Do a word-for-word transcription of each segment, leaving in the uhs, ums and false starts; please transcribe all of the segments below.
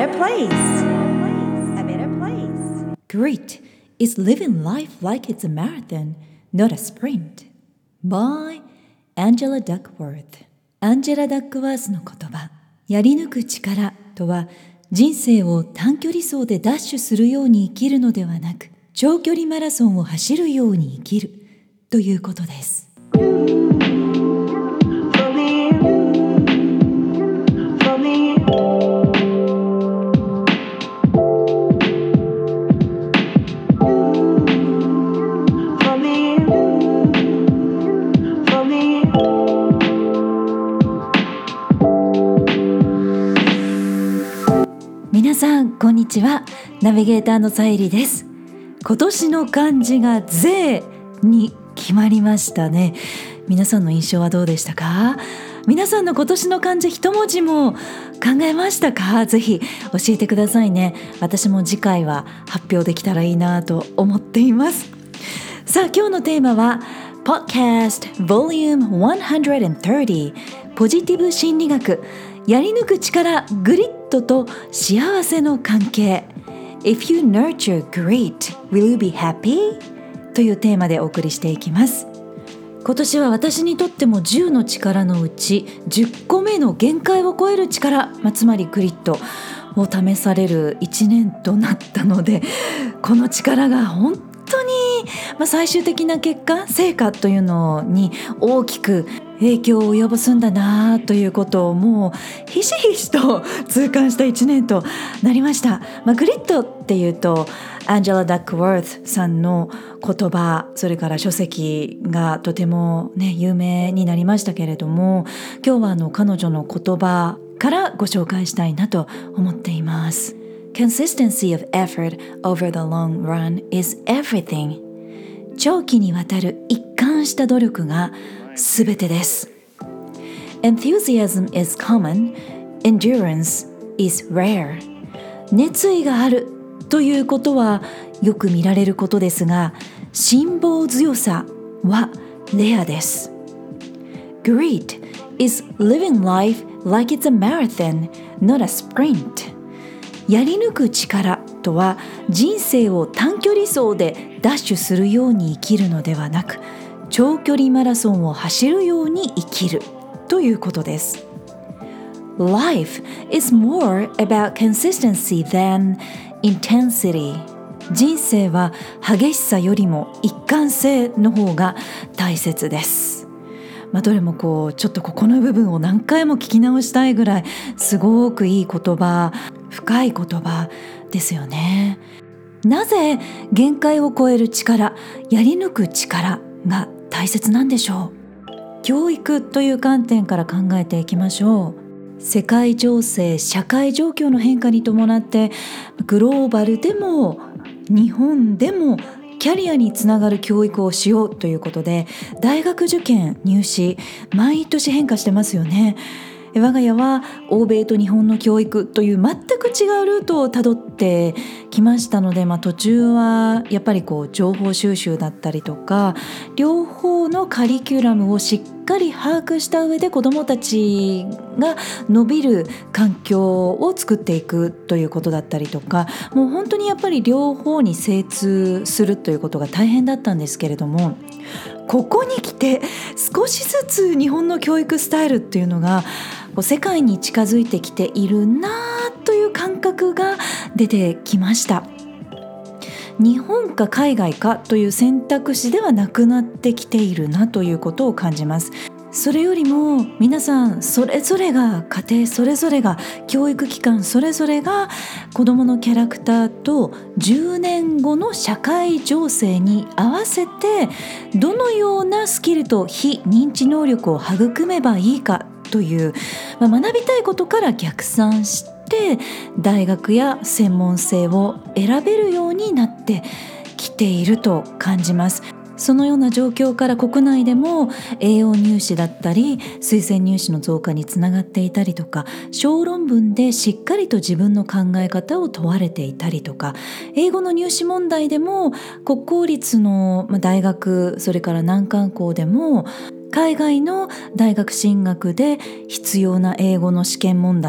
better place. A better place. Grit is living life like it's a marathon, not a sprint. By Angela Duckworth。アンジェラ・ダックワースの言葉。やり抜く力とは、人生を短距離走でダッシュするように生きるのではなく、長距離マラソンを走るように生きるということです。皆さんこんにちは。ナビゲーターのさゆりです。今年の漢字が税に決まりましたね。皆さんの印象はどうでしたか？皆さんの今年の漢字一文字も考えましたか？ぜひ教えてくださいね。私も次回は発表できたらいいなと思っています。さあ今日のテーマは Podcast Volume ひゃくさんじゅうポジティブ心理学、やり抜く力グリットと幸せの関係。 If you nurture grit, will you be happy? というテーマでお送りしていきます。今年は私にとってもじゅうの力のうちじゅっこめの限界を超える力、まあ、つまりグリットを試されるいちねんとなったので、この力が本当に、まあ、最終的な結果、成果というのに大きく影響を及ぼすんだなということをもうひしひしと痛感したいちねんとなりました。まあ、グリットっていうとアンジェラ・ダックワースさんの言葉、それから書籍がとても、ね、有名になりましたけれども、今日はあの彼女の言葉からご紹介したいなと思っています。Consistency of effort over the long run is everything. 長期にわたる一貫した努力がすべてです。Enthusiasm is common. Endurance is rare. 熱意があるということはよく見られることですが、辛抱強さはレアです。Grit is living life like it's a marathon, not a sprint. やり抜く力とは、人生を短距離走でダッシュするように生きるのではなく、長距離マラソンを走るように生きるということです。Life is more about consistency than intensity. 人生は激しさよりも一貫性の方が大切です。まあ、どれもこうちょっとここの部分を何回も聞き直したいぐらいすごくいい言葉、深い言葉ですよね。なぜ限界を超える力、やり抜く力が大切なんでしょう。教育という観点から考えていきましょう。世界情勢、社会状況の変化に伴ってグローバルでも日本でもキャリアにつながる教育をしようということで、大学受験、入試毎年変化してますよね。我が家は欧米と日本の教育という全く違うルートをたどってきましたので、まあ、途中はやっぱりこう情報収集だったりとか、両方のカリキュラムをしっかり把握した上で子どもたちが伸びる環境を作っていくということだったりとか、もう本当にやっぱり両方に精通するということが大変だったんですけれども、ここに来て少しずつ日本の教育スタイルっていうのが世界に近づいてきているなという感覚が出てきました。日本か海外かという選択肢ではなくなってきているなということを感じます。それよりも皆さんそれぞれが、家庭それぞれが、教育機関それぞれが子どものキャラクターとじゅうねんごの社会情勢に合わせてどのようなスキルと非認知能力を育めばいいかという、まあ、学びたいことから逆算して大学や専門性を選べるようになってきていると感じます。そのような状況から国内でも栄養入試だったり推薦入試の増加につながっていたりとか、小論文でしっかりと自分の考え方を問われていたりとか、英語の入試問題でも国公立の大学、それから難関校でも海外の大学進学で必要な英語の試験問題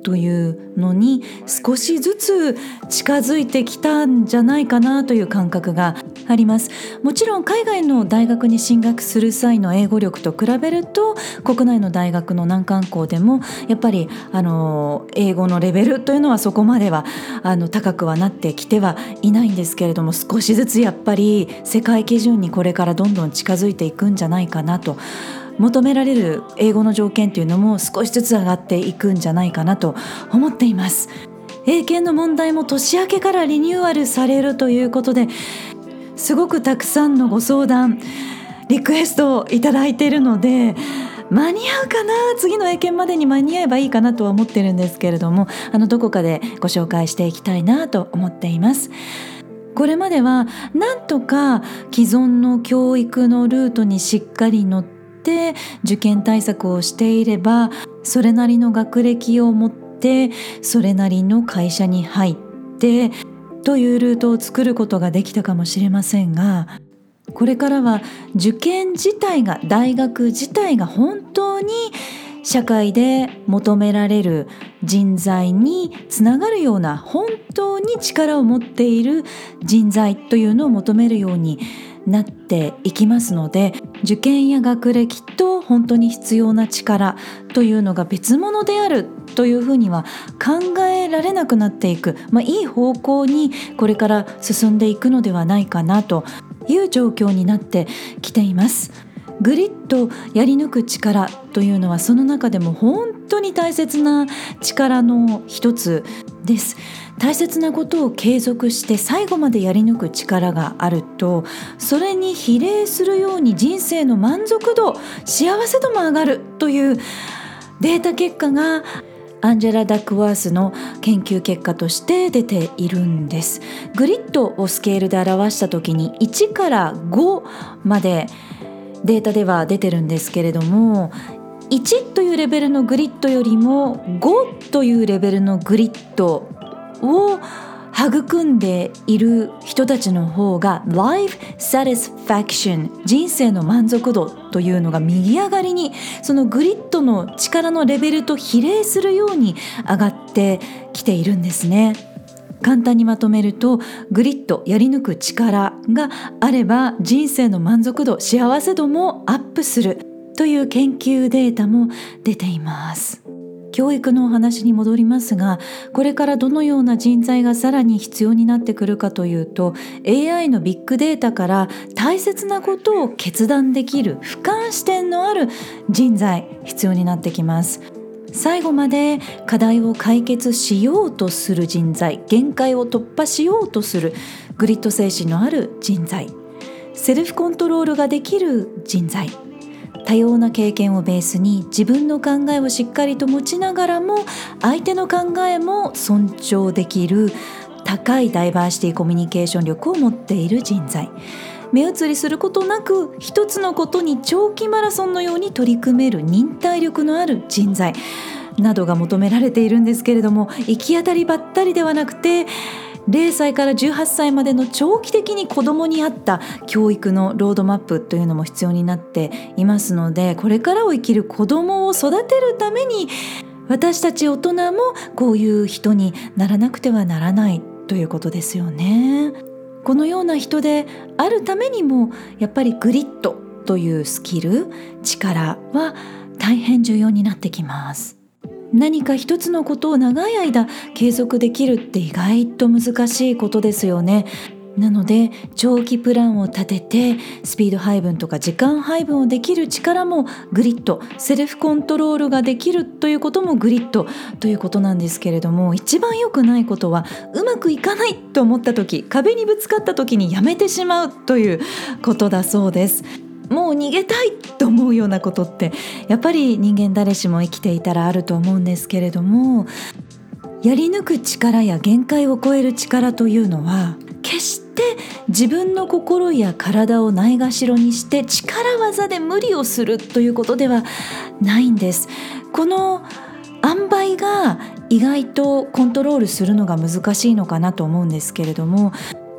というのに少しずつ近づいてきたんじゃないかなという感覚があります。もちろん海外の大学に進学する際の英語力と比べると国内の大学の難関校でもやっぱりあの英語のレベルというのはそこまではあの高くはなってきてはいないんですけれども、少しずつやっぱり世界基準にこれからどんどん近づいていくんじゃないかなと、求められる英語の条件というのも少しずつ上がっていくんじゃないかなと思っています。英検の問題も年明けからリニューアルされるということで、すごくたくさんのご相談リクエストをいただいているので、間に合うかな、次の英検までに間に合えばいいかなとは思ってるんですけれども、あのどこかでご紹介していきたいなと思っています。これまではなんとか既存の教育のルートにしっかり乗って受験対策をしていれば、それなりの学歴を持ってそれなりの会社に入ってというルートを作ることができたかもしれませんが、これからは受験自体が、大学自体が本当に社会で求められる人材につながるような、本当に力を持っている人材というのを求めるようになっていきますので、受験や学歴と本当に必要な力というのが別物であるというふうには考えられなくなっていく、まあ、いい方向にこれから進んでいくのではないかなという状況になってきています。グリッとやり抜く力というのはその中でも本当に大切な力の一つです。大切なことを継続して最後までやり抜く力があると、それに比例するように人生の満足度、幸せ度も上がるというデータ結果がアンジェラ・ダックワースの研究結果として出ているんです。グリッドをスケールで表した時にいちからごまでデータでは出てるんですけれども、いちというレベルのグリッドよりもごというレベルのグリッドを育んでいる人たちの方が Life Satisfaction 人生の満足度というのが右上がりに、そのグリッドの力のレベルと比例するように上がってきているんですね。簡単にまとめると、グリッド、やり抜く力があれば人生の満足度、幸せ度もアップするという研究データも出ています。教育のお話に戻りますが、これからどのような人材がさらに必要になってくるかというと、 エーアイ のビッグデータから大切なことを決断できる俯瞰視点のある人材必要になってきます。最後まで課題を解決しようとする人材、限界を突破しようとするグリッド精神のある人材、セルフコントロールができる人材、多様な経験をベースに自分の考えをしっかりと持ちながらも相手の考えも尊重できる高いダイバーシティコミュニケーション力を持っている人材、目移りすることなく一つのことに長期マラソンのように取り組める忍耐力のある人材などが求められているんですけれども、行き当たりばったりではなくてゼロさいからじゅうはっさいまでの長期的に子どもに合った教育のロードマップというのも必要になっていますので、これからを生きる子どもを育てるために私たち大人もこういう人にならなくてはならないということですよね。このような人であるためにもやっぱりグリッドというスキル、力は大変重要になってきます。何か一つのことを長い間継続できるって意外と難しいことですよね。なので長期プランを立ててスピード配分とか時間配分をできる力もグリッド、セルフコントロールができるということもグリッドということなんですけれども、一番良くないことはうまくいかないと思った時、壁にぶつかった時にやめてしまうということだそうです。もう逃げたいと思うようなことってやっぱり人間誰しも生きていたらあると思うんですけれども、やり抜く力や限界を超える力というのは決して自分の心や体をないがしろにして力技で無理をするということではないんです。この塩梅が意外とコントロールするのが難しいのかなと思うんですけれども、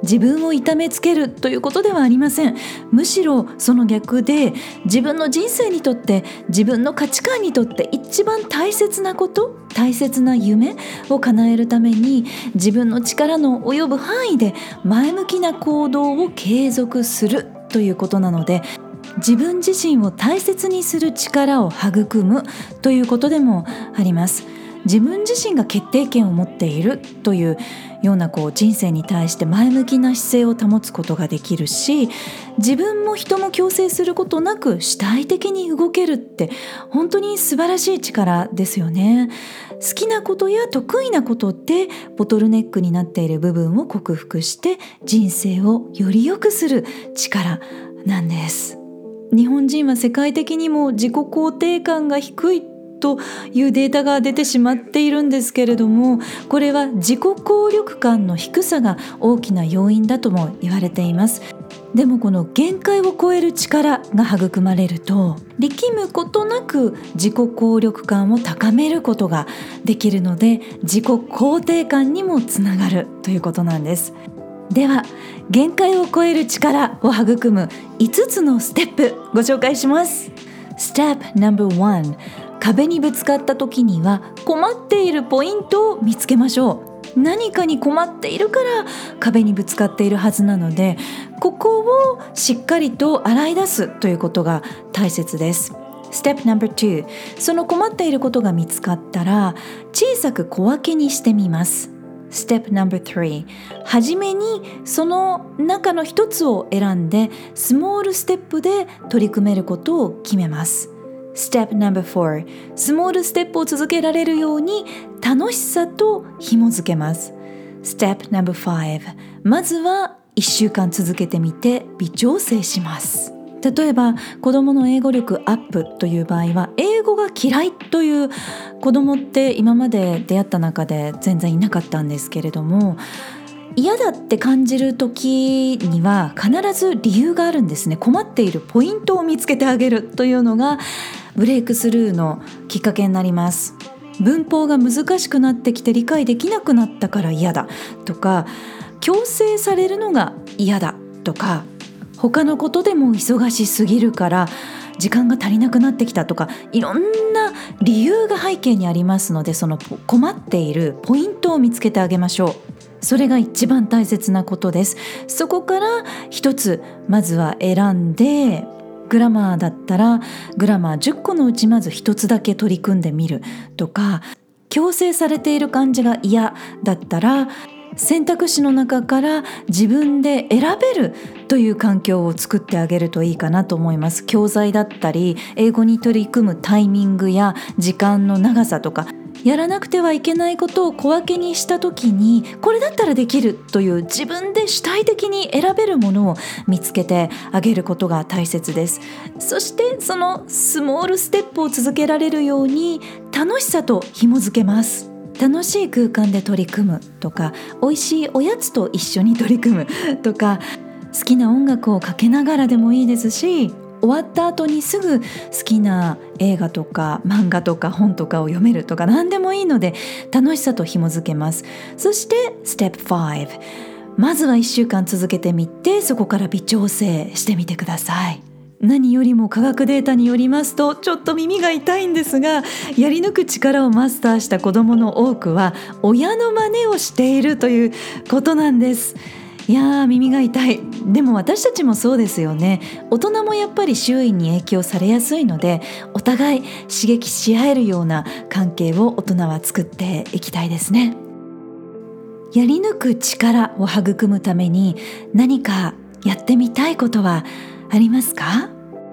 自分を痛めつけるということではありません。むしろその逆で、自分の人生にとって、自分の価値観にとって一番大切なこと、大切な夢を叶えるために、自分の力の及ぶ範囲で前向きな行動を継続するということなので、自分自身を大切にする力を育むということでもあります。自分自身が決定権を持っているというようなこう人生に対して前向きな姿勢を保つことができるし、自分も人も強制することなく主体的に動けるって本当に素晴らしい力ですよね。好きなことや得意なことでボトルネックになっている部分を克服して人生をより良くする力なんです。日本人は世界的にも自己肯定感が低いというデータが出てしまっているんですけれども、これは自己効力感の低さが大きな要因だとも言われています。でもこの限界を超える力が育まれると、力むことなく自己効力感を高めることができるので、自己肯定感にもつながるということなんです。では、限界を超える力を育むいつつのステップご紹介します。Step ナンバーワン、壁にぶつかった時には困っているポイントを見つけましょう。何かに困っているから壁にぶつかっているはずなので、ここをしっかりと洗い出すということが大切です。Step ナンバーツー、その困っていることが見つかったら小さく小分けにしてみます。Step ナンバースリー、はじめにその中の一つを選んでスモールステップで取り組めることを決めます。Step ナンバーフォー、スモールステップを続けられるように楽しさと紐づけます。Step ナンバーファイブ、まずはいっしゅうかん続けてみて微調整します。例えば子どもの英語力アップという場合は、英語が嫌いという子どもって今まで出会った中で全然いなかったんですけれども、嫌だって感じる時には必ず理由があるんですね。困っているポイントを見つけてあげるというのがブレイクスルーのきっかけになります。文法が難しくなってきて理解できなくなったから嫌だとか、強制されるのが嫌だとか、他のことでも忙しすぎるから時間が足りなくなってきたとか、いろんな理由が背景にありますので、その困っているポイントを見つけてあげましょう。それが一番大切なことです。そこから一つまずは選んで、グラマーだったらグラマーじゅっこのうちまず一つだけ取り組んでみるとか、強制されている感じが嫌だったら選択肢の中から自分で選べるという環境を作ってあげるといいかなと思います。教材だったり英語に取り組むタイミングや時間の長さとか、やらなくてはいけないことを小分けにした時に、これだったらできるという自分で主体的に選べるものを見つけてあげることが大切です。そしてそのスモールステップを続けられるように楽しさと紐づけます。楽しい空間で取り組むとか、美味しいおやつと一緒に取り組むとか、好きな音楽をかけながらでもいいですし、終わった後にすぐ好きな映画とか漫画とか本とかを読めるとか、何でもいいので楽しさと紐づけます。そしてステップファイブ、まずはいっしゅうかん続けてみて、そこから微調整してみてください。何よりも科学データによりますと、ちょっと耳が痛いんですが、やり抜く力をマスターした子どもの多くは親の真似をしているということなんです。いやー、耳が痛い。でも私たちもそうですよね。大人もやっぱり周囲に影響されやすいので、お互い刺激し合えるような関係を大人は作っていきたいですね。やり抜く力を育むために何かやってみたいことはありますか？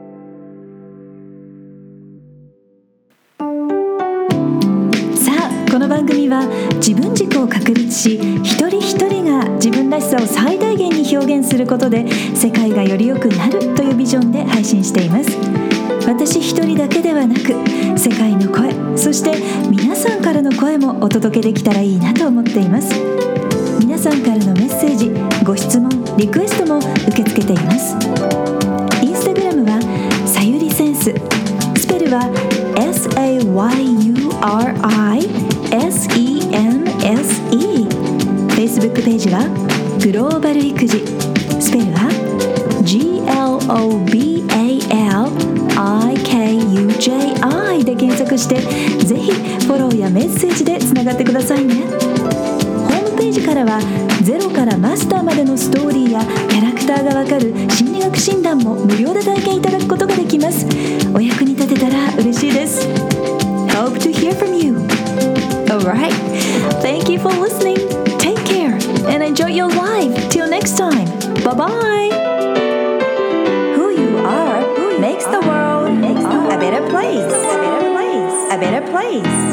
さあ、この番組は自分軸を確立し、一人一人が自分らしさを最大限に表現することで世界がより良くなるというビジョンで配信しています。私一人だけではなく、世界の声、そして皆さんからの声もお届けできたらいいなと思っています。皆さんからのメッセージ、ご質問、リクエストも受け付けています。インスタグラムはさゆりセンス、スペルは エス エー ワイ ユー アール アイ エス イー エヌ エス イー。 Facebook ページはグローバル育児、スペルは ジー エル オー ビー エー エル アイ ケー ユー ジェー アイ で検索して、ぜひフォローやメッセージでつながってくださいね。ホームページからはゼロからマスターまでのストーリーやキャラクターがわかる心理学診断も無料で体験いただくことができます。お役に立てたら嬉しいです。 Hope to hear from you. Alright, thank you for listening. Take care and enjoy your life. Till next time. Bye bye. Who you are makes the world a better place. A better place. A better place.